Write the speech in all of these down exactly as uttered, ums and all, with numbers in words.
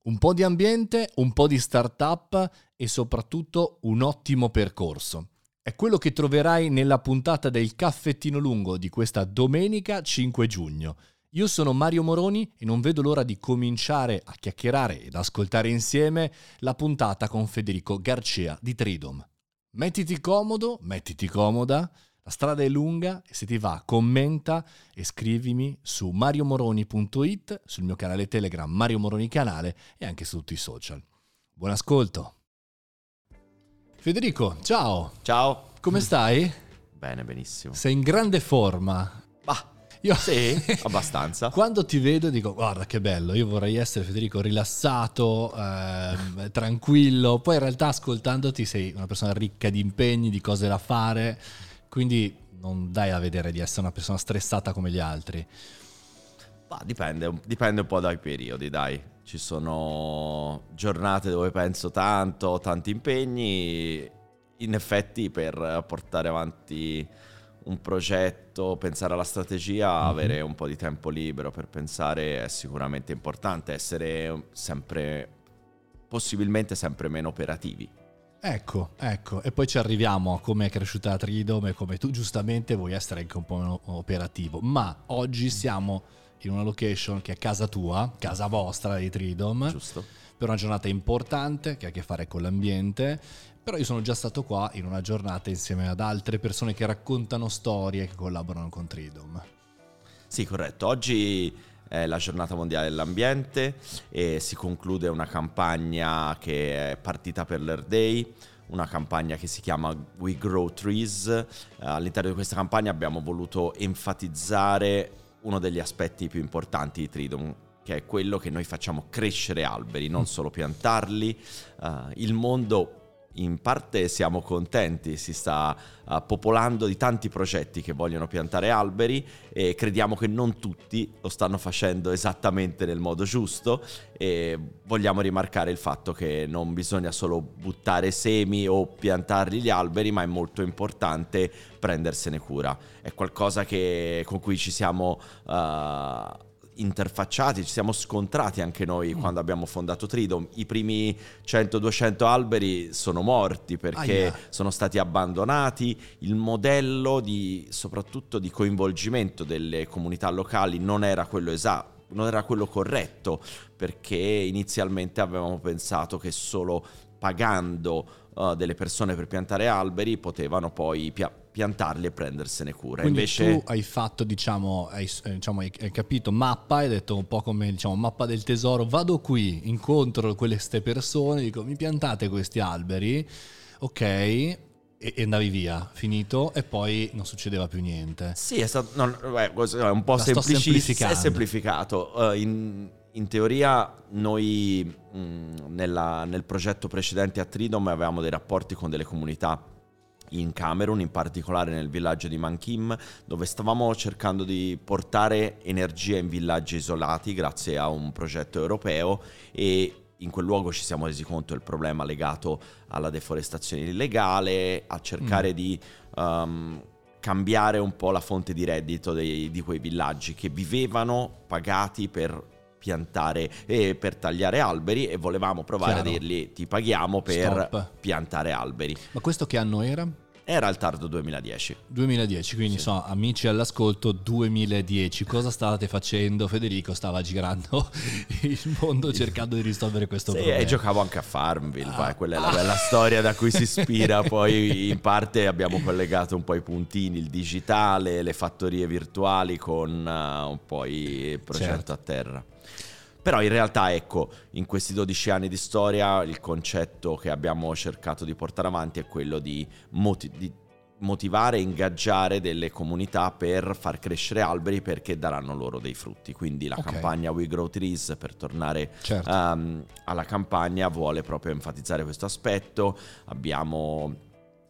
Un po' di ambiente, un po' di startup e soprattutto un ottimo percorso. È quello che troverai nella puntata del Caffettino Lungo di questa domenica cinque giugno. Io sono Mario Moroni e non vedo l'ora di cominciare a chiacchierare ed ascoltare insieme la puntata con Federico Garcia di Tridom. Mettiti comodo, mettiti comoda, la strada è lunga e se ti va commenta e scrivimi su mario moroni punto it, sul mio canale Telegram Mario Moroni Canale e anche su tutti i social. Buon ascolto! Federico, ciao! Ciao! Come stai? Bene, benissimo. Sei in grande forma. Bah, Io sì, abbastanza. Quando ti vedo dico guarda che bello, io vorrei essere Federico rilassato, ehm, tranquillo, poi in realtà ascoltandoti sei una persona ricca di impegni, di cose da fare, quindi non dai a vedere di essere una persona stressata come gli altri. Bah, dipende, dipende un po' dai periodi, dai. Ci sono giornate dove penso tanto, tanti impegni, in effetti per portare avanti un progetto, pensare alla strategia, mm-hmm. avere un po' di tempo libero per pensare è sicuramente importante, essere sempre, possibilmente sempre meno operativi. Ecco, ecco, e poi ci arriviamo a come è cresciuta Tridom e come tu giustamente vuoi essere anche un po' meno operativo, ma oggi siamo in una location che è casa tua, casa vostra di Tridom, giusto, per una giornata importante che ha a che fare con l'ambiente. Però io sono già stato qua in una giornata insieme ad altre persone che raccontano storie, che collaborano con Tridom. Sì, corretto. Oggi è la giornata mondiale dell'ambiente e si conclude una campagna che è partita per l'Earth Day, una campagna che si chiama We Grow Trees. All'interno di questa campagna abbiamo voluto enfatizzare uno degli aspetti più importanti di Tridom, che è quello che noi facciamo crescere alberi, non solo piantarli. Uh, il mondo, in parte siamo contenti, si sta uh, popolando di tanti progetti che vogliono piantare alberi e crediamo che non tutti lo stanno facendo esattamente nel modo giusto e vogliamo rimarcare il fatto che non bisogna solo buttare semi o piantarli gli alberi, ma è molto importante prendersene cura. È qualcosa che, con cui ci siamo Uh, interfacciati, ci siamo scontrati anche noi mm. quando abbiamo fondato Tridom. I primi cento duecento alberi sono morti perché ah, yeah. sono stati abbandonati. Il modello di, soprattutto di coinvolgimento delle comunità locali non era quello esatto, non era quello corretto, perché inizialmente avevamo pensato che solo pagando uh, delle persone per piantare alberi potevano poi pia- piantarli e prendersene cura. Quindi invece tu hai fatto, diciamo, hai, diciamo, hai capito mappa, hai detto un po' come, diciamo, mappa del tesoro, vado qui, incontro queste persone, dico mi piantate questi alberi, ok, e, e andavi via, finito, e poi non succedeva più niente. Sì, è stato non, beh, è un po' semplici- è semplificato. Uh, in, in teoria noi mh, nella, nel progetto precedente a Tridom avevamo dei rapporti con delle comunità in Camerun, in particolare nel villaggio di Mankim, dove stavamo cercando di portare energia in villaggi isolati grazie a un progetto europeo, e in quel luogo ci siamo resi conto del problema legato alla deforestazione illegale, a cercare mm. di um, cambiare un po' la fonte di reddito dei, di quei villaggi che vivevano pagati per piantare e per tagliare alberi, e volevamo provare Chiaro. a dirgli ti paghiamo per Stop. piantare alberi. Ma questo che anno era? Era il tardo duemiladieci. duemiladieci, quindi sì. so, amici all'ascolto, duemiladieci. Cosa stavate facendo? Federico stava girando il mondo cercando di risolvere questo sì, problema. E giocavo anche a Farmville, ah. quella è la bella storia da cui si ispira. Poi in parte abbiamo collegato un po' i puntini, il digitale, le fattorie virtuali con uh, un po' il progetto certo. a terra. Però in realtà, ecco, in questi dodici anni di storia il concetto che abbiamo cercato di portare avanti è quello di, moti- di motivare e ingaggiare delle comunità per far crescere alberi, perché daranno loro dei frutti. Quindi la okay. campagna We Grow Trees, per tornare certo. um, alla campagna, vuole proprio enfatizzare questo aspetto. Abbiamo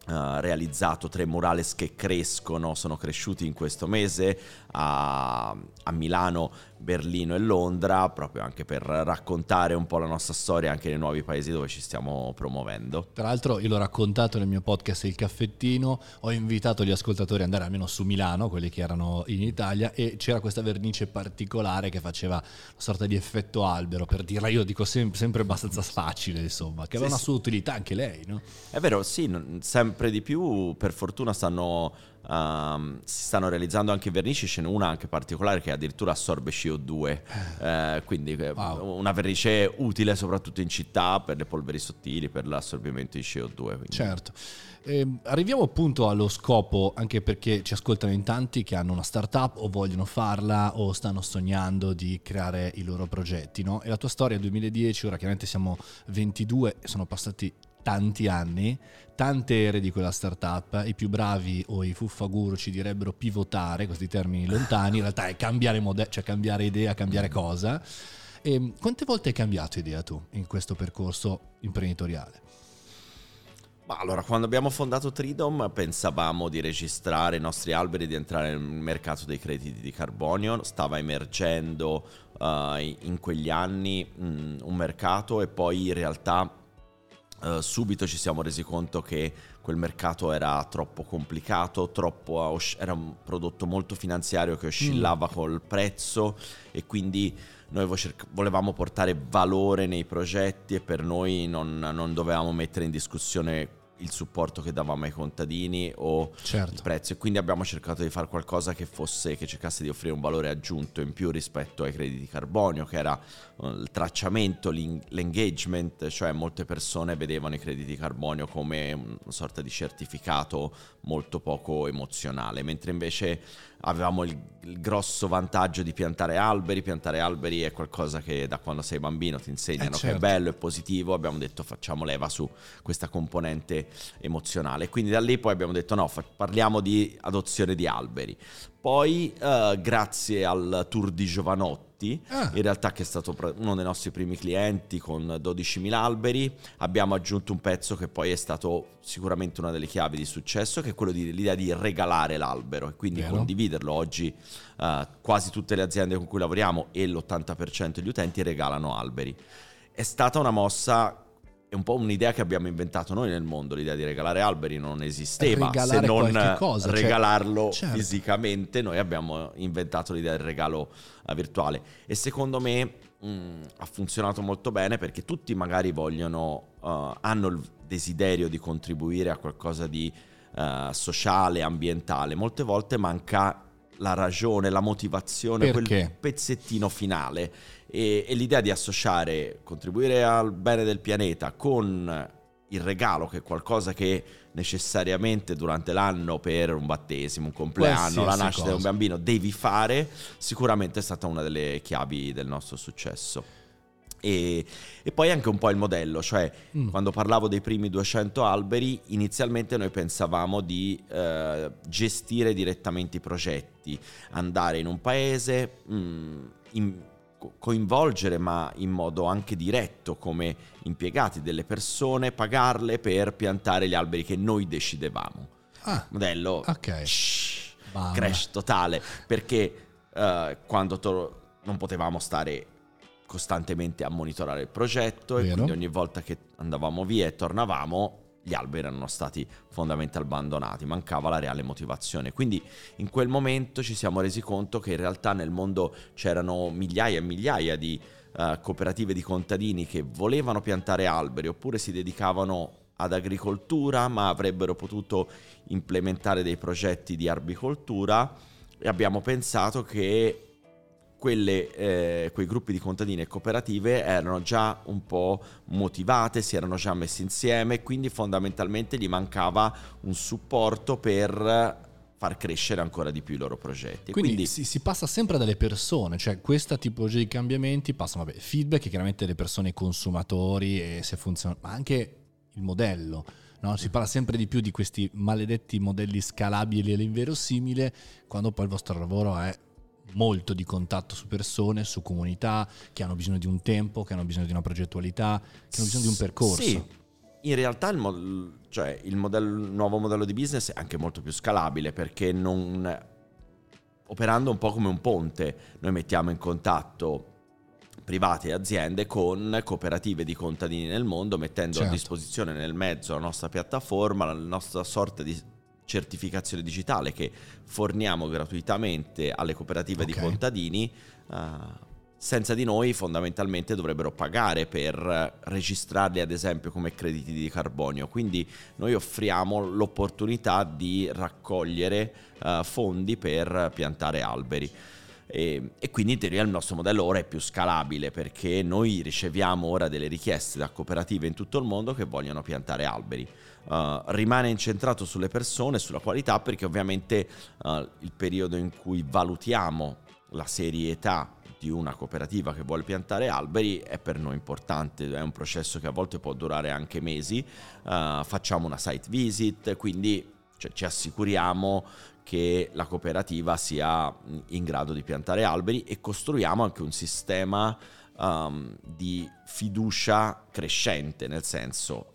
Uh, realizzato tre murales che crescono, sono cresciuti in questo mese a, a Milano, Berlino e Londra, proprio anche per raccontare un po' la nostra storia anche nei nuovi paesi dove ci stiamo promuovendo. Tra l'altro io l'ho raccontato nel mio podcast Il Caffettino, ho invitato gli ascoltatori ad andare almeno su Milano, quelli che erano in Italia, e c'era questa vernice particolare che faceva una sorta di effetto albero, per dirla io dico sem- sempre abbastanza facile, insomma, che aveva sì, una sua utilità anche lei, no? È vero, sì, sempre di più per fortuna stanno um, si stanno realizzando anche vernici, ce n'è una anche particolare che addirittura assorbe C O due, eh, quindi wow, una vernice utile soprattutto in città per le polveri sottili, per l'assorbimento di C O due, quindi. Certo. Eh, arriviamo appunto allo scopo, anche perché ci ascoltano in tanti che hanno una startup o vogliono farla o stanno sognando di creare i loro progetti, no? E la tua storia è duemiladieci, ora chiaramente siamo ventidue e sono passati tanti anni, tante ere di quella startup. I più bravi o i fuffaguru ci direbbero pivotare, questi termini lontani, in realtà è cambiare modello, cioè cambiare idea, cambiare cosa. E quante volte hai cambiato idea tu in questo percorso imprenditoriale? Ma allora, quando abbiamo fondato Tridom pensavamo di registrare i nostri alberi, di entrare nel mercato dei crediti di carbonio. Stava emergendo uh, in quegli anni mh, un mercato, e poi in realtà Uh, subito ci siamo resi conto che quel mercato era troppo complicato, troppo, era un prodotto molto finanziario che oscillava mm. col prezzo, e quindi noi volevamo portare valore nei progetti, e per noi non, non dovevamo mettere in discussione il supporto che davamo ai contadini o certo. il prezzo, e quindi abbiamo cercato di fare qualcosa che fosse, che cercasse di offrire un valore aggiunto in più rispetto ai crediti di carbonio, che era uh, il tracciamento, l'engagement, cioè molte persone vedevano i crediti di carbonio come una sorta di certificato molto poco emozionale, mentre invece avevamo il, il grosso vantaggio di piantare alberi. Piantare alberi è qualcosa che da quando sei bambino ti insegnano eh certo. che è bello, è positivo. Abbiamo detto facciamo leva su questa componente emozionale, quindi da lì poi abbiamo detto no, fa- parliamo di adozione di alberi. Poi uh, grazie al tour di Giovanotti, ah. in realtà, che è stato uno dei nostri primi clienti con dodicimila alberi, abbiamo aggiunto un pezzo che poi è stato sicuramente una delle chiavi di successo, che è quello di l'idea di regalare l'albero e quindi Vero. condividerlo. Oggi uh, quasi tutte le aziende con cui lavoriamo e l'ottanta per cento degli utenti regalano alberi. È stata una mossa, è un po' un'idea che abbiamo inventato noi nel mondo. L'idea di regalare alberi non esisteva regalare se non cosa, regalarlo cioè, fisicamente. Noi abbiamo inventato l'idea del regalo uh, virtuale, e secondo me mh, ha funzionato molto bene, perché tutti magari vogliono uh, hanno il desiderio di contribuire a qualcosa di uh, sociale, ambientale. Molte volte manca la ragione, la motivazione, Perché? quel pezzettino finale. E, e l'idea di associare, contribuire al bene del pianeta con il regalo, che è qualcosa che necessariamente durante l'anno, per un battesimo, un compleanno, la nascita cosa. di un bambino, devi fare, sicuramente è stata una delle chiavi del nostro successo. E, e poi anche un po' il modello, cioè mm. quando parlavo dei primi duecento alberi, inizialmente noi pensavamo di eh, gestire direttamente i progetti, andare in un paese, mh, in, coinvolgere ma in modo anche diretto come impiegati delle persone, pagarle per piantare gli alberi che noi decidevamo. Ah, modello okay. shh, crash totale, perché uh, quando to- non potevamo stare costantemente a monitorare il progetto, Vero. e quindi ogni volta che andavamo via e tornavamo gli alberi erano stati fondamentalmente abbandonati, mancava la reale motivazione. Quindi in quel momento ci siamo resi conto che in realtà nel mondo c'erano migliaia e migliaia di uh, cooperative di contadini che volevano piantare alberi, oppure si dedicavano ad agricoltura ma avrebbero potuto implementare dei progetti di arbicoltura, e abbiamo pensato che Quelle, eh, quei gruppi di contadini e cooperative erano già un po' motivate, si erano già messi insieme, quindi fondamentalmente gli mancava un supporto per far crescere ancora di più i loro progetti. Quindi, quindi si, si passa sempre dalle persone, cioè questa tipologia di cambiamenti passano, vabbè, feedback che chiaramente le persone, i consumatori, e se funziona, ma anche il modello. No, si parla sempre di più di questi maledetti modelli scalabili e l'inverosimile, quando poi il vostro lavoro è molto di contatto su persone, su comunità che hanno bisogno di un tempo, che hanno bisogno di una progettualità, che hanno bisogno di un percorso. Sì, in realtà il, mo- cioè, il, modello, il nuovo modello di business è anche molto più scalabile, perché non, operando un po' come un ponte, noi mettiamo in contatto privati e aziende con cooperative di contadini nel mondo, mettendo certo. a disposizione nel mezzo la nostra piattaforma, la nostra sorta di certificazione digitale che forniamo gratuitamente alle cooperative okay. di contadini. Uh, senza di noi fondamentalmente dovrebbero pagare per registrarli, ad esempio, come crediti di carbonio. Quindi noi offriamo l'opportunità di raccogliere uh, fondi per piantare alberi. E, e quindi in teoria il nostro modello ora è più scalabile, perché noi riceviamo ora delle richieste da cooperative in tutto il mondo che vogliono piantare alberi. Uh, rimane incentrato sulle persone, sulla qualità, perché ovviamente uh, il periodo in cui valutiamo la serietà di una cooperativa che vuole piantare alberi è per noi importante. È un processo che a volte può durare anche mesi. Uh, facciamo una site visit, quindi cioè, ci assicuriamo che la cooperativa sia in grado di piantare alberi, e costruiamo anche un sistema um, di fiducia crescente, nel senso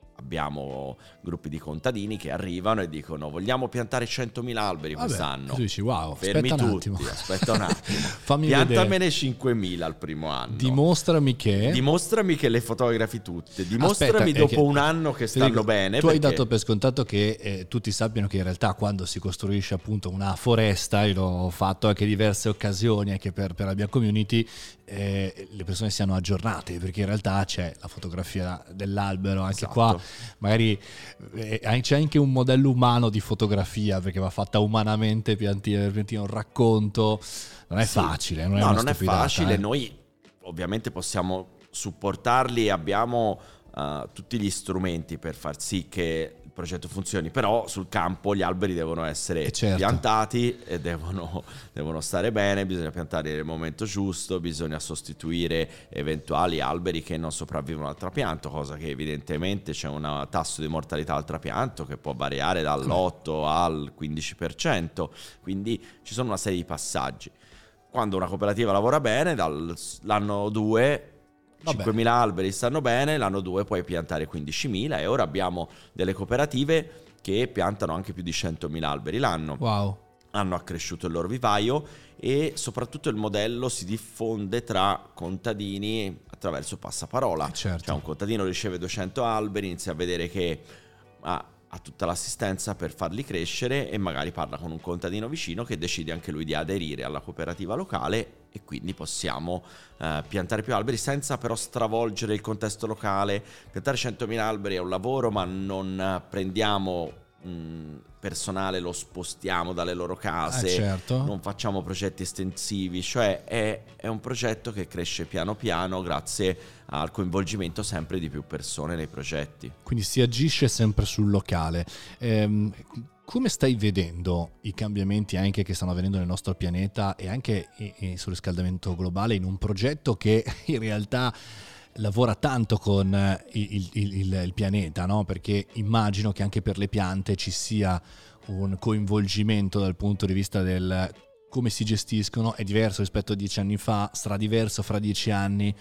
abbiamo gruppi di contadini che arrivano e dicono: vogliamo piantare centomila alberi Vabbè, quest'anno. Tu dici wow, fermi aspetta tutti, un attimo. aspetta un attimo. Fammi Piantamene vedere. cinquemila al primo anno. Dimostrami che Dimostrami che le fotografi tutte. Dimostrami Aspetta, dopo che, un anno che stanno dico, bene. Tu perché... hai dato per scontato che eh, tutti sappiano che in realtà quando si costruisce appunto una foresta, io l'ho fatto anche diverse occasioni anche per, per la mia community, eh, le persone siano aggiornate, perché in realtà c'è la fotografia dell'albero anche esatto. qua, magari eh, c'è anche un modello umano di fotografia, perché va fatta umanamente, piantino, piantino un racconto. Non è sì. facile, non è, no, una non è facile. Eh. Noi ovviamente possiamo supportarli, abbiamo uh, tutti gli strumenti per far sì che il progetto funzioni, però sul campo gli alberi devono essere certo. piantati e devono, devono stare bene, bisogna piantare nel momento giusto, bisogna sostituire eventuali alberi che non sopravvivono al trapianto, cosa che evidentemente c'è un tasso di mortalità al trapianto che può variare dall'otto al quindici per cento, quindi ci sono una serie di passaggi. Quando una cooperativa lavora bene, dall'anno due cinquemila alberi stanno bene, l'anno due puoi piantare quindicimila, e ora abbiamo delle cooperative che piantano anche più di centomila alberi l'anno. Wow. Hanno accresciuto il loro vivaio, e soprattutto il modello si diffonde tra contadini attraverso passaparola. Eh certo. Cioè un contadino riceve duecento alberi, inizia a vedere che ha, ha tutta l'assistenza per farli crescere, e magari parla con un contadino vicino che decide anche lui di aderire alla cooperativa locale, e quindi possiamo eh, piantare più alberi senza però stravolgere il contesto locale. Piantare centomila alberi è un lavoro, ma non prendiamo mh, personale, lo spostiamo dalle loro case, eh certo. non facciamo progetti estensivi, cioè è, è un progetto che cresce piano piano grazie al coinvolgimento sempre di più persone nei progetti. Quindi si agisce sempre sul locale. Ehm, come stai vedendo i cambiamenti anche che stanno avvenendo nel nostro pianeta, e anche sul riscaldamento globale, in un progetto che in realtà lavora tanto con il, il, il, il pianeta, no? Perché immagino che anche per le piante ci sia un coinvolgimento dal punto di vista del come si gestiscono. È diverso rispetto a dieci anni fa, sarà diverso fra dieci anni.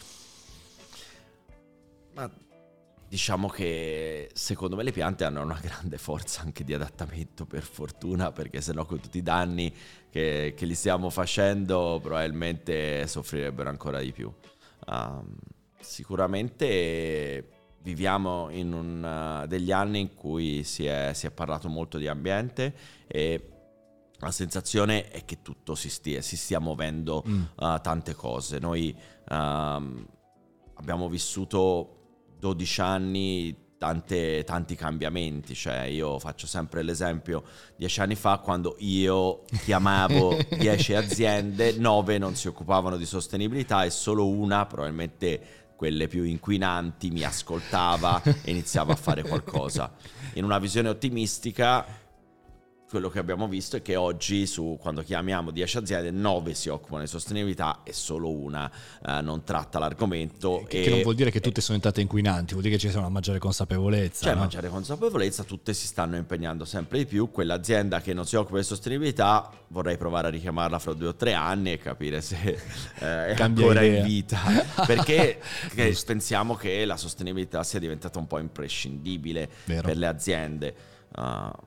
Ma diciamo che secondo me le piante hanno una grande forza anche di adattamento, per fortuna, perché sennò con tutti i danni che, che li stiamo facendo probabilmente soffrirebbero ancora di più. Um, sicuramente viviamo in un, uh, degli anni in cui si è, si è parlato molto di ambiente, e la sensazione è che tutto si stia, si stia muovendo, mm. uh, tante cose. Noi um, abbiamo vissuto dodici anni, tante, tanti cambiamenti. Cioè io faccio sempre l'esempio: dieci anni fa, quando io chiamavo dieci aziende, nove non si occupavano di sostenibilità, e solo una, probabilmente quelle più inquinanti, mi ascoltava e iniziava a fare qualcosa. In una visione ottimistica quello che abbiamo visto è che oggi, su, quando chiamiamo dieci aziende, nove si occupano di sostenibilità e solo una uh, non tratta l'argomento. Che, e, che non vuol dire che e, tutte sono diventate inquinanti, vuol dire che ci sia una maggiore consapevolezza. C'è no? maggiore consapevolezza, tutte si stanno impegnando sempre di più. Quell'azienda che non si occupa di sostenibilità, vorrei provare a richiamarla fra due o tre anni e capire se eh, è Cambia ancora idea. in vita, perché che pensiamo che la sostenibilità sia diventata un po' imprescindibile Vero. per le aziende. Uh,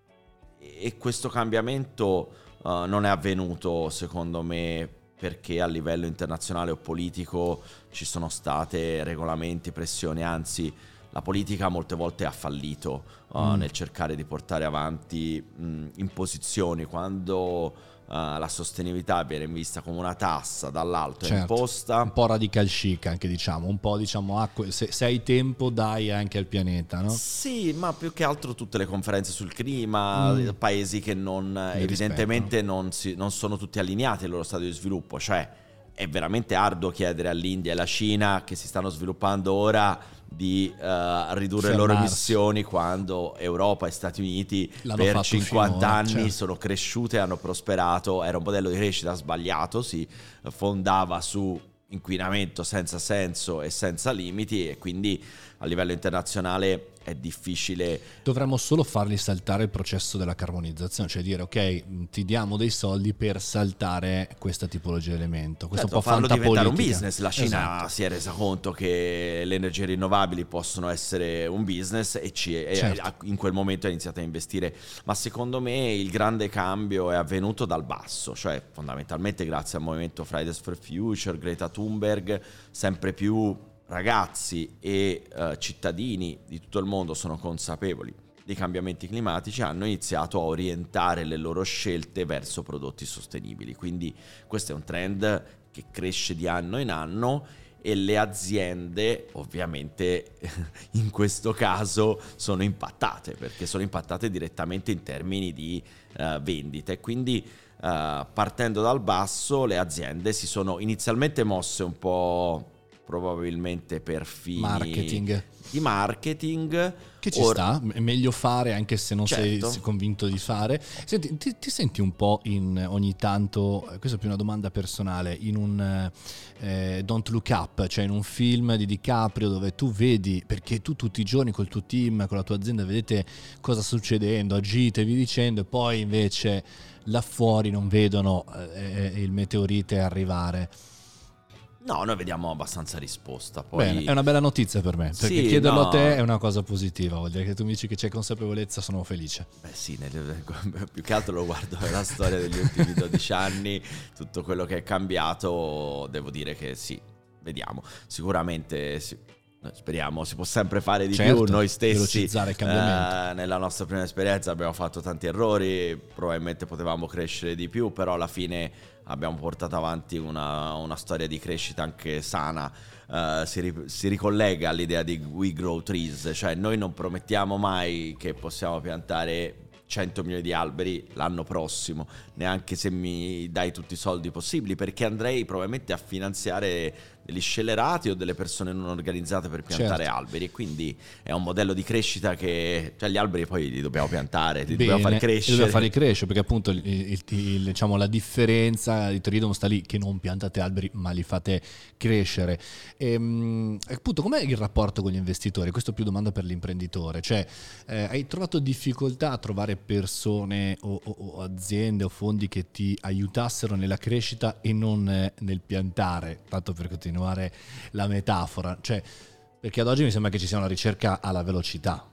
E questo cambiamento uh, non è avvenuto, secondo me, perché a livello internazionale o politico ci sono state regolamenti, pressioni, anzi la politica molte volte ha fallito uh, mm. nel cercare di portare avanti mh, imposizioni. Quando uh, la sostenibilità viene vista come una tassa, dall'alto certo. è imposta. Un po' radical chic anche, diciamo, un po' diciamo ah, se, se hai tempo dai anche al pianeta, no? Sì, ma più che altro tutte le conferenze sul clima, mm. paesi che non Li evidentemente non, si, non sono tutti allineati al loro stato di sviluppo, cioè è veramente arduo chiedere all'India e alla Cina, che si stanno sviluppando ora, di uh, ridurre le loro emissioni, quando Europa e Stati Uniti L'hanno per cinquanta finora, anni certo. sono cresciute e hanno prosperato. Era un modello di crescita sbagliato, si fondava su inquinamento senza senso e senza limiti, e quindi a livello internazionale è difficile. Dovremmo solo farli saltare il processo della carbonizzazione, cioè dire ok, ti diamo dei soldi per saltare questa tipologia di elemento. Questo certo, un po' farlo diventare un politica. business. La Cina esatto. si è resa conto che le energie rinnovabili possono essere un business e, ci è, certo. in quel momento ha iniziato a investire. Ma secondo me il grande cambio è avvenuto dal basso, cioè fondamentalmente grazie al movimento Fridays for Future, Greta Thunberg. Sempre più ragazzi e uh, cittadini di tutto il mondo sono consapevoli dei cambiamenti climatici, hanno iniziato a orientare le loro scelte verso prodotti sostenibili. Quindi questo è un trend che cresce di anno in anno, e le aziende ovviamente in questo caso sono impattate, perché sono impattate direttamente in termini di uh, vendite. Quindi uh, partendo dal basso, le aziende si sono inizialmente mosse un po' probabilmente per fini marketing. di marketing, che ci Or- sta, è meglio fare anche se non certo. sei convinto di fare. Senti, ti, ti senti un po' in ogni tanto, questa è più una domanda personale, in un eh, Don't Look Up, cioè in un film di DiCaprio dove tu vedi, perché tu tutti i giorni col tuo team, con la tua azienda vedete cosa sta succedendo, agite vi dicendo, e poi invece là fuori non vedono eh, il meteorite arrivare. No, noi vediamo abbastanza risposta. Poi... Bene, è una bella notizia per me, perché sì, chiederlo no. a te è una cosa positiva, vuol dire che tu mi dici che c'è consapevolezza, sono felice. Beh sì, nel, più che altro lo guardo nella storia degli ultimi dodici anni, tutto quello che è cambiato, devo dire che sì, vediamo. Sicuramente sì, speriamo, si può sempre fare di certo, più. Noi stessi velocizzare il cambiamento. Eh, nella nostra prima esperienza abbiamo fatto tanti errori, probabilmente potevamo crescere di più, però alla fine abbiamo portato avanti una, una storia di crescita anche sana. Uh, si, ri- si ricollega all'idea di We Grow Trees, cioè noi non promettiamo mai che possiamo piantare cento milioni di alberi l'anno prossimo, neanche se mi dai tutti i soldi possibili, perché andrei probabilmente a finanziare degli scellerati o delle persone non organizzate per piantare certo. alberi, e quindi è un modello di crescita che, cioè gli alberi poi li dobbiamo piantare, li Bene, dobbiamo far crescere, li dobbiamo fare crescere, perché appunto il, il, il, diciamo, la differenza di Triidom sta lì, che non piantate alberi ma li fate crescere. E, appunto, com'è il rapporto con gli investitori? Questo è più domanda per l'imprenditore, cioè eh, hai trovato difficoltà a trovare persone o, o, o aziende o fondi che ti aiutassero nella crescita e non eh, nel piantare, tanto per continuare la metafora, cioè perché ad oggi mi sembra che ci sia una ricerca alla velocità.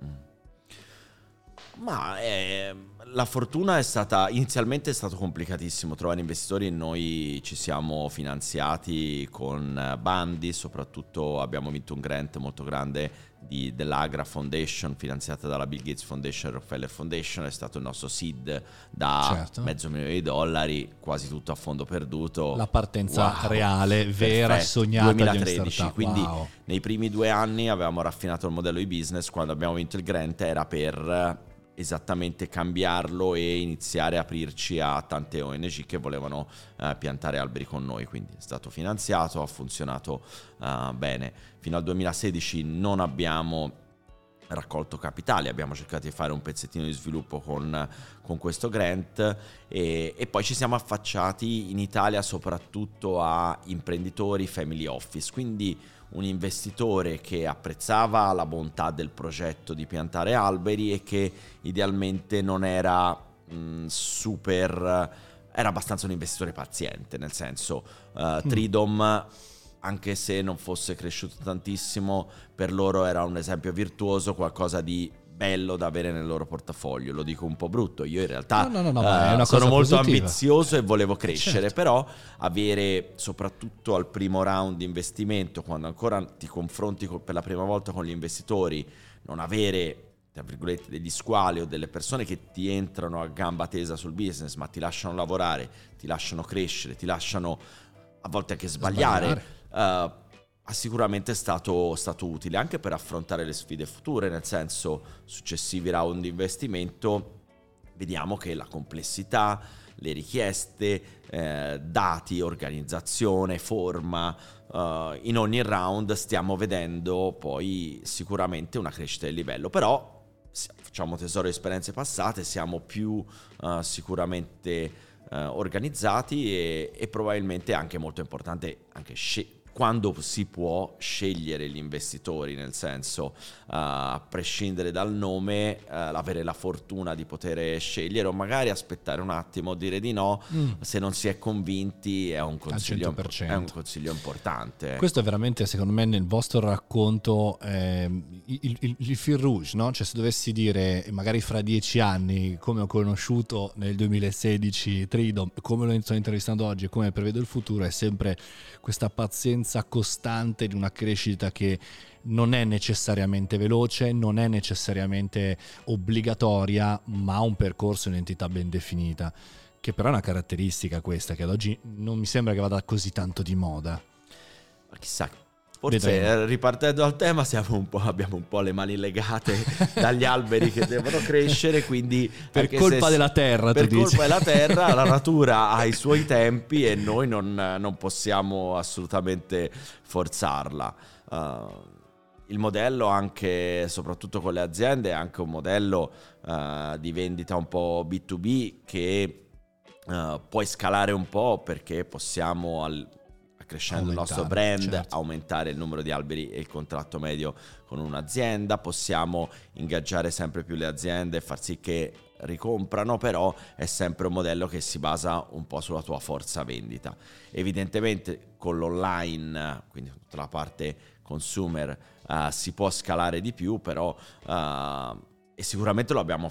Ma eh, la fortuna è stata, inizialmente è stato complicatissimo trovare investitori, e noi ci siamo finanziati con bandi, soprattutto abbiamo vinto un grant molto grande di, dell'Agra Foundation, finanziata dalla Bill Gates Foundation e Rockefeller Foundation. È stato il nostro seed da certo. mezzo milione di dollari, quasi tutto a fondo perduto. La partenza wow. reale, vera, perfetto. Sognata duemilatredici, di una quindi wow. nei primi due anni avevamo raffinato il modello di business. Quando abbiamo vinto il grant era per esattamente cambiarlo e iniziare a aprirci a tante O N G che volevano uh, piantare alberi con noi, quindi è stato finanziato, ha funzionato uh, bene. Fino al duemilasedici non abbiamo raccolto capitali, abbiamo cercato di fare un pezzettino di sviluppo con, con questo grant e, e poi ci siamo affacciati in Italia soprattutto a imprenditori family office, quindi un investitore che apprezzava la bontà del progetto di piantare alberi e che idealmente non era mh, super, era abbastanza un investitore paziente, nel senso uh, Tridom, anche se non fosse cresciuto tantissimo, per loro era un esempio virtuoso, qualcosa di bello da avere nel loro portafoglio. Lo dico un po' brutto, io in realtà no, no, no, no, uh, è una sono cosa molto positiva. ambizioso e volevo crescere, certo. Però avere soprattutto al primo round di investimento, quando ancora ti confronti con, per la prima volta con gli investitori, non avere tra virgolette degli squali o delle persone che ti entrano a gamba tesa sul business ma ti lasciano lavorare, ti lasciano crescere, ti lasciano a volte anche sbagliare, sbagliare. Uh, ha sicuramente stato, stato utile anche per affrontare le sfide future, nel senso successivi round di investimento vediamo che la complessità, le richieste, eh, dati, organizzazione, forma, uh, in ogni round stiamo vedendo poi sicuramente una crescita del livello, però facciamo tesoro di esperienze passate, siamo più uh, sicuramente uh, organizzati e, e probabilmente anche molto importante anche scegliere quando si può scegliere gli investitori, nel senso uh, a prescindere dal nome, uh, avere la fortuna di poter scegliere o magari aspettare un attimo, dire di no, mm. se non si è convinti è un consiglio, è un consiglio importante. Questo è veramente, secondo me, nel vostro racconto eh, il, il, il fil rouge, no? Cioè se dovessi dire magari fra dieci anni come ho conosciuto nel duemilasedici Tridom, come lo sto intervistando oggi e come prevedo il futuro, è sempre questa pazienza costante di una crescita che non è necessariamente veloce, non è necessariamente obbligatoria, ma ha un percorso e un'entità ben definita, che però è una caratteristica questa che ad oggi non mi sembra che vada così tanto di moda. Ma chissà, forse Vedremo. Ripartendo dal tema siamo un po', abbiamo un po' le mani legate dagli alberi che devono crescere, quindi per colpa se, della terra, per tu colpa dici. della terra la natura ha i suoi tempi e noi non, non possiamo assolutamente forzarla. Uh, il modello anche, soprattutto con le aziende, è anche un modello uh, di vendita un po' B due B che uh, puoi scalare un po' perché possiamo al crescendo aumentare, il nostro brand, certo. aumentare il numero di alberi e il contratto medio con un'azienda, possiamo ingaggiare sempre più le aziende e far sì che ricomprano, però è sempre un modello che si basa un po' sulla tua forza vendita. Evidentemente con l'online, quindi tutta la parte consumer, uh, si può scalare di più, però uh, e sicuramente lo abbiamo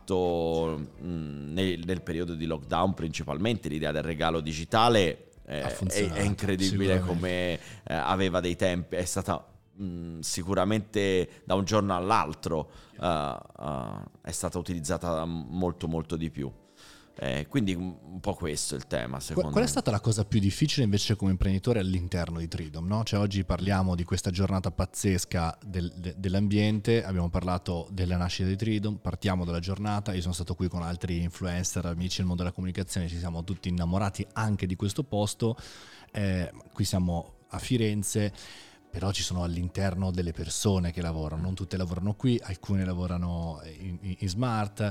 fatto mh, nel, nel periodo di lockdown principalmente. L'idea del regalo digitale Eh, è, è incredibile come eh, aveva dei tempi, è stata mh, sicuramente da un giorno all'altro uh, uh, è stata utilizzata molto molto di più, eh, quindi un po' questo è il tema secondo Qual me. è stata la cosa più difficile invece come imprenditore all'interno di Tridom, no? Cioè oggi parliamo di questa giornata pazzesca del, de, dell'ambiente, abbiamo parlato della nascita di Tridom, partiamo dalla giornata, io sono stato qui con altri influencer, amici del mondo della comunicazione, ci siamo tutti innamorati anche di questo posto, eh, qui siamo a Firenze, però ci sono all'interno delle persone che lavorano, non tutte lavorano qui, alcune lavorano in, in, in Smart.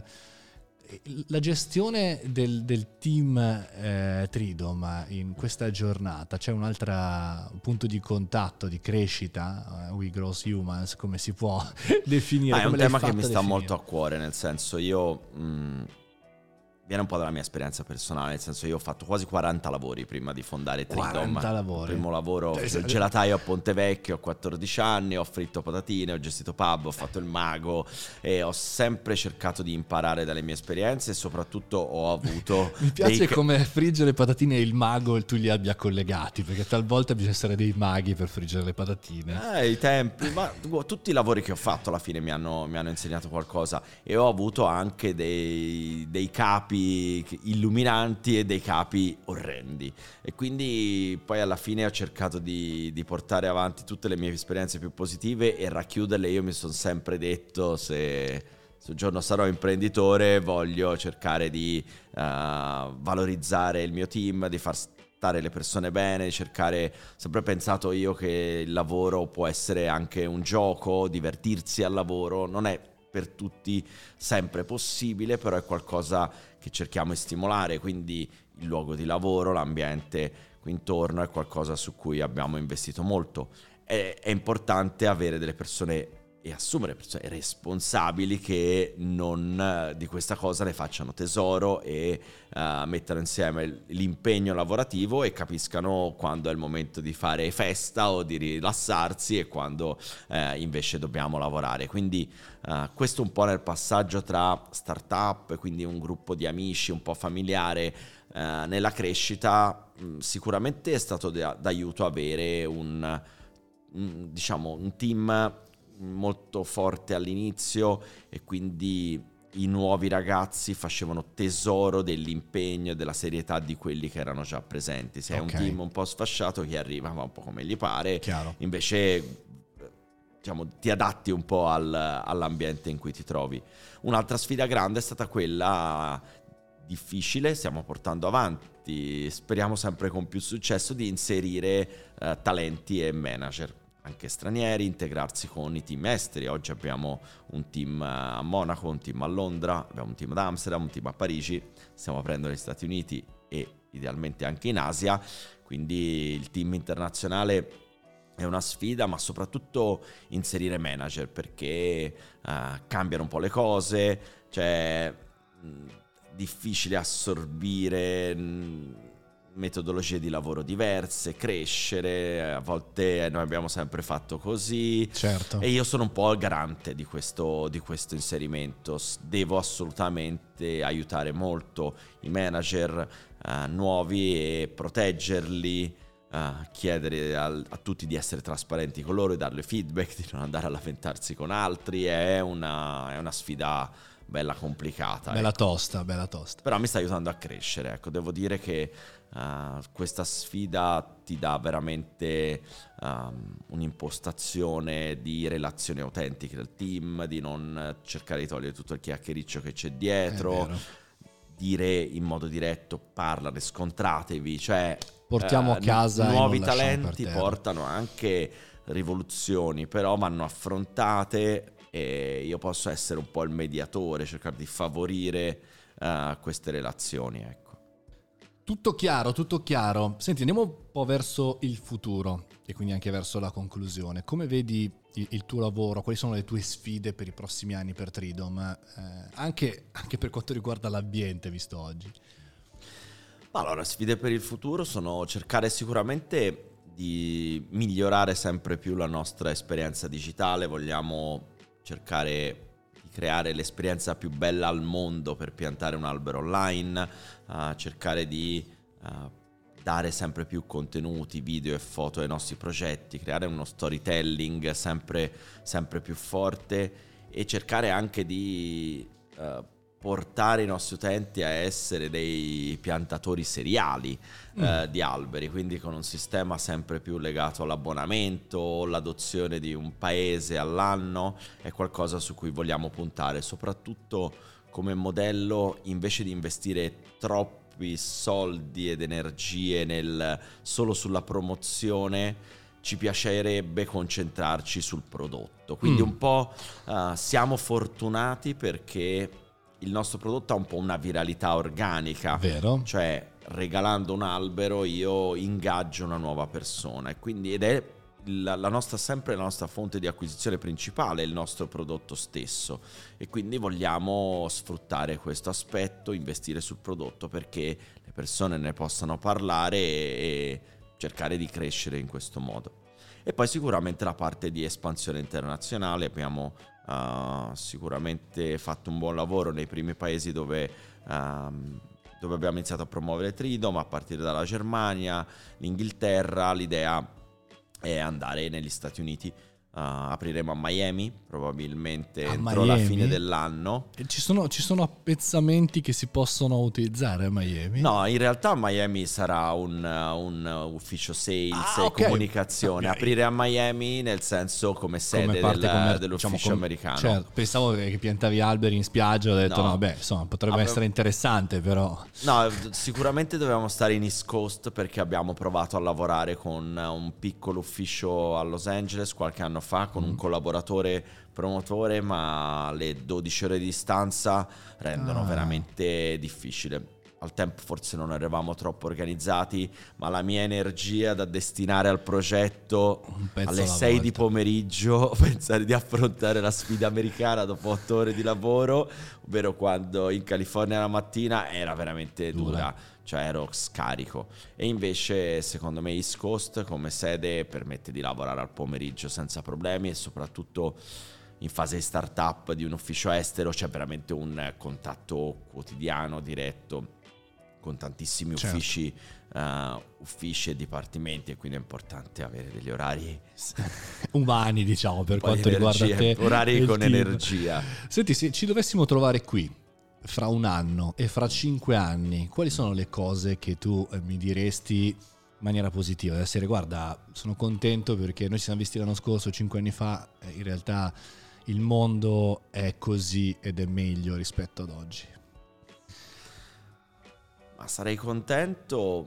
La gestione del, del team eh, Tridom in questa giornata, c'è un altro punto di contatto, di crescita, uh, We Grow Humans, come si può definire? Ah, è un come tema che mi sta definire? molto a cuore, nel senso io mh, viene un po' dalla mia esperienza personale, nel senso io ho fatto quasi quaranta lavori prima di fondare Tridom. quaranta lavori? Il primo lavoro, cioè, il gelataio a Ponte Vecchio, ho quattordici anni, ho fritto patatine, ho gestito pub, ho fatto il mago e ho sempre cercato di imparare dalle mie esperienze e soprattutto ho avuto mi piace dei... come friggere le patatine e il mago tu li abbia collegati, perché talvolta bisogna essere dei maghi per friggere le patatine. Eh, i tempi, ma tutti i lavori che ho fatto alla fine mi hanno, mi hanno insegnato qualcosa e ho avuto anche dei, dei capi illuminanti e dei capi orrendi e quindi poi alla fine ho cercato di, di portare avanti tutte le mie esperienze più positive e racchiuderle. Io mi sono sempre detto se, se un giorno sarò imprenditore voglio cercare di uh, valorizzare il mio team, di far trattare le persone bene, cercare, sempre pensato io che il lavoro può essere anche un gioco, divertirsi al lavoro, non è per tutti sempre possibile, però è qualcosa che cerchiamo di stimolare, quindi il luogo di lavoro, l'ambiente qui intorno è qualcosa su cui abbiamo investito molto. È, è importante avere delle persone e assumere persone responsabili che non di questa cosa ne facciano tesoro e uh, mettano insieme l'impegno lavorativo e capiscano quando è il momento di fare festa o di rilassarsi e quando uh, invece dobbiamo lavorare. Quindi uh, questo un po' nel passaggio tra startup, quindi un gruppo di amici un po' familiare uh, nella crescita, mh, sicuramente è stato d'aiuto avere un, un diciamo un team molto forte all'inizio e quindi i nuovi ragazzi facevano tesoro dell'impegno e della serietà di quelli che erano già presenti. Se okay. è un team un po' sfasciato, chi arriva va un po' come gli pare. Chiaro. Invece diciamo ti adatti un po' al, all'ambiente in cui ti trovi. Un'altra sfida grande è stata quella difficile, stiamo portando avanti, speriamo sempre con più successo, di inserire uh, talenti e manager anche stranieri, integrarsi con i team esteri. Oggi abbiamo un team a Monaco, un team a Londra, abbiamo un team ad Amsterdam, un team a Parigi, stiamo aprendo negli Stati Uniti e idealmente anche in Asia, quindi il team internazionale è una sfida, ma soprattutto inserire manager, perché uh, cambiano un po' le cose, cioè mh, difficile assorbire mh, metodologie di lavoro diverse, crescere, a volte noi abbiamo sempre fatto così. Certo. E io sono un po' il garante di questo, di questo inserimento, devo assolutamente aiutare molto i manager uh, nuovi e proteggerli, uh, chiedere al, a tutti di essere trasparenti con loro e darle feedback, di non andare a lamentarsi con altri. È una, è una sfida bella complicata, bella ecco. tosta, bella tosta. Però mi sta aiutando a crescere, ecco, devo dire che uh, questa sfida ti dà veramente um, un'impostazione di relazioni autentiche del team, di non cercare di togliere tutto il chiacchiericcio che c'è dietro, dire in modo diretto, parlane, scontratevi, cioè portiamo uh, a casa nuovi talenti portano anche rivoluzioni, però vanno affrontate. E io posso essere un po' il mediatore, cercare di favorire uh, queste relazioni, ecco. Tutto chiaro, tutto chiaro. Senti, andiamo un po' verso il futuro e quindi anche verso la conclusione. Come vedi il, il tuo lavoro? Quali sono le tue sfide per i prossimi anni per Tridom? Eh, anche, anche per quanto riguarda l'ambiente, visto oggi. Allora, sfide per il futuro sono cercare sicuramente di migliorare sempre più la nostra esperienza digitale. Vogliamo cercare di creare l'esperienza più bella al mondo per piantare un albero online, uh, cercare di uh, dare sempre più contenuti, video e foto ai nostri progetti, creare uno storytelling sempre, sempre più forte e cercare anche di uh, portare i nostri utenti a essere dei piantatori seriali mm. eh, di alberi, quindi con un sistema sempre più legato all'abbonamento, l'adozione di un paese all'anno è qualcosa su cui vogliamo puntare, soprattutto come modello. Invece di investire troppi soldi ed energie nel, solo sulla promozione, ci piacerebbe concentrarci sul prodotto, quindi mm. un po' uh, siamo fortunati perché il nostro prodotto ha un po' una viralità organica, vero? Cioè regalando un albero io ingaggio una nuova persona e quindi ed è la, la nostra sempre la nostra fonte di acquisizione principale, il nostro prodotto stesso, e quindi vogliamo sfruttare questo aspetto, investire sul prodotto perché le persone ne possano parlare e, e cercare di crescere in questo modo. E poi sicuramente la parte di espansione internazionale. Abbiamo Uh, sicuramente fatto un buon lavoro nei primi paesi dove, um, dove abbiamo iniziato a promuovere Tridom, a partire dalla Germania, l'Inghilterra. L'idea è andare negli Stati Uniti apriremo a Miami, probabilmente a entro Miami? la fine dell'anno. E ci sono, ci sono appezzamenti che si possono utilizzare a Miami? No, in realtà Miami sarà un, un ufficio sales Ah, e ok. comunicazione. Ok. Aprire a Miami nel senso come sede Come parte del- commer- dell'ufficio diciamo, com- americano. Certo, pensavo che piantavi alberi in spiaggia, ho detto No. no, beh, insomma, potrebbe Avrei- essere interessante, però. No, sicuramente dovevamo stare in East Coast perché abbiamo provato a lavorare con un piccolo ufficio a Los Angeles qualche anno fa con Mm. un collaboratore promotore, ma le dodici ore di distanza rendono Ah. veramente difficile. Al tempo forse non eravamo troppo organizzati, ma la mia energia da destinare al progetto Un pezzo alle alla sei di volta. pomeriggio, pensare di affrontare la sfida americana dopo otto ore di lavoro, ovvero quando in California la mattina, era veramente Dura. dura, cioè ero scarico. E invece secondo me East Coast come sede permette di lavorare al pomeriggio senza problemi, e soprattutto in fase di startup di un ufficio estero c'è veramente un contatto quotidiano, diretto, con tantissimi Certo. uffici, uh, uffici e dipartimenti, e quindi è importante avere degli orari Umani, diciamo, per un po' di quanto riguarda energia, te. orari e il con team. energia. Senti, se ci dovessimo trovare qui fra un anno e fra cinque anni, quali sono le cose che tu eh, mi diresti in maniera positiva? Da serie, guarda, sono contento perché noi ci siamo visti l'anno scorso, cinque anni fa, eh, in realtà il mondo è così ed è meglio rispetto ad oggi. Ma sarei contento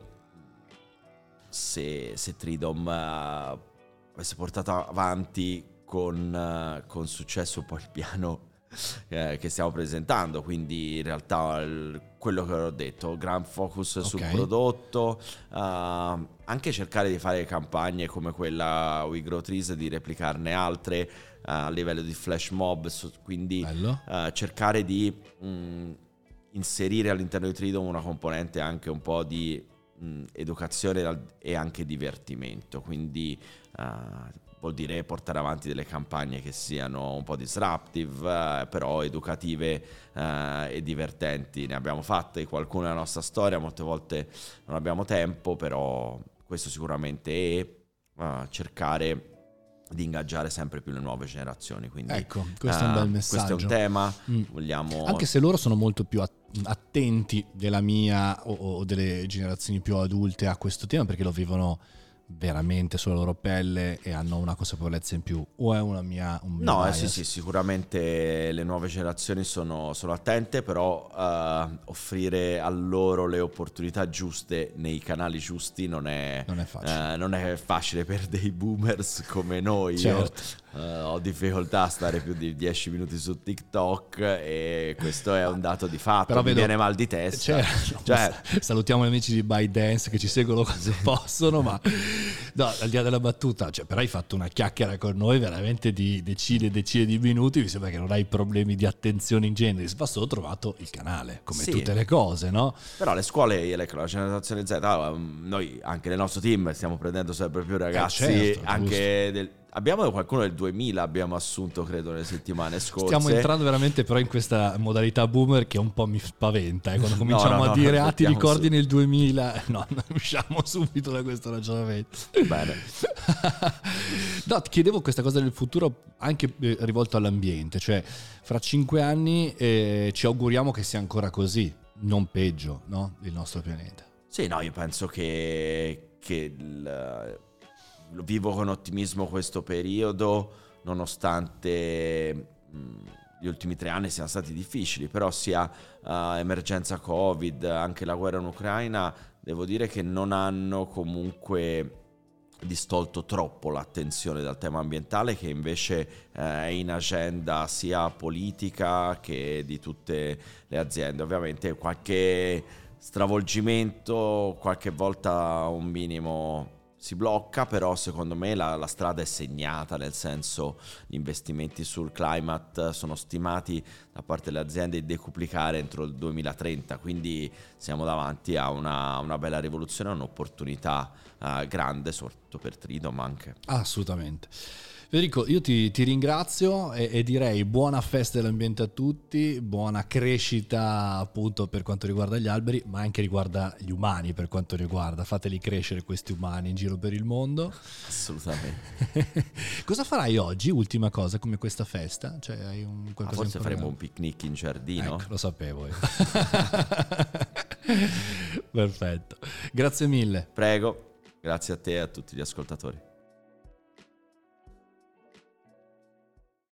se, se Tridom uh, avesse portato avanti con, uh, con successo poi il piano eh, che stiamo presentando, quindi in realtà il, quello che ho detto, gran focus sul Ok. prodotto, uh, anche cercare di fare campagne come quella We Grow Trees, di replicarne altre uh, a livello di flash mob, so- quindi Bello. uh, cercare di mh, inserire all'interno di Tridom una componente anche un po' di mh, educazione al- e anche divertimento, quindi uh, vuol dire portare avanti delle campagne che siano un po' disruptive, eh, però educative eh, e divertenti. Ne abbiamo fatte qualcuna nella nostra storia, molte volte non abbiamo tempo, però questo sicuramente è uh, cercare di ingaggiare sempre più le nuove generazioni. Quindi, Ecco, questo è un bel eh, messaggio. questo è un tema, Mm. vogliamo... Anche se loro sono molto più at- attenti della mia o, o delle generazioni più adulte a questo tema, perché lo vivono veramente sulla loro pelle e hanno una consapevolezza in più, o è una mia un mio No, eh, bias? sì, sì, sicuramente le nuove generazioni sono, sono attente, però eh, offrire a loro le opportunità giuste nei canali giusti non è, Non è facile. eh, non è facile per dei boomers come noi. Certo. Io eh, ho difficoltà a stare più di dieci minuti su TikTok, e questo è un dato di fatto. Però Mi vedo- viene mal di testa. Cioè, Cioè, salutiamo gli amici di ByteDance che ci seguono quando possono, ma no, al di là della battuta, cioè, però hai fatto una chiacchiera con noi veramente di decine e decine di minuti, mi sembra che non hai problemi di attenzione in genere, va solo trovato il canale, come Sì. tutte le cose, no? Però le scuole, ecco, la generazione Z, um, noi anche nel nostro team stiamo prendendo sempre più ragazzi, certo, anche del, abbiamo qualcuno del duemila, abbiamo assunto credo nelle settimane scorse. Stiamo entrando veramente però in questa modalità boomer che un po' mi spaventa, eh, quando cominciamo no, no, a dire non ah ti mettiamo ricordi su." nel duemila, no, non usciamo subito da questo ragionamento. Bene. No, ti chiedevo questa cosa del futuro anche eh, rivolto all'ambiente, cioè fra cinque anni eh, ci auguriamo che sia ancora così, non peggio, no? Il nostro pianeta. Sì, no, io penso che, che il, lo vivo con ottimismo questo periodo, nonostante mh, gli ultimi tre anni siano stati difficili, però sia uh, emergenza Covid, anche la guerra in Ucraina, devo dire che non hanno comunque distolto troppo l'attenzione dal tema ambientale, che invece eh, è in agenda sia politica che di tutte le aziende. Ovviamente qualche stravolgimento, qualche volta un minimo si blocca, però secondo me la, la strada è segnata, nel senso gli investimenti sul climate sono stimati da parte delle aziende di decuplicare entro il duemilatrenta, quindi siamo davanti a una, una bella rivoluzione, un'opportunità uh, grande, soprattutto per Tridom anche. Assolutamente. Federico, io ti, ti ringrazio e, e direi buona festa dell'ambiente a tutti, buona crescita appunto per quanto riguarda gli alberi, ma anche riguarda gli umani per quanto riguarda, fateli crescere questi umani in giro per il mondo. Assolutamente. Cosa farai oggi, ultima cosa, come questa festa? Cioè, hai un qualcosa Ah, forse in faremo programma? un picnic in giardino. Ecco, lo sapevo io. Perfetto, grazie mille. Prego, grazie a te e a tutti gli ascoltatori.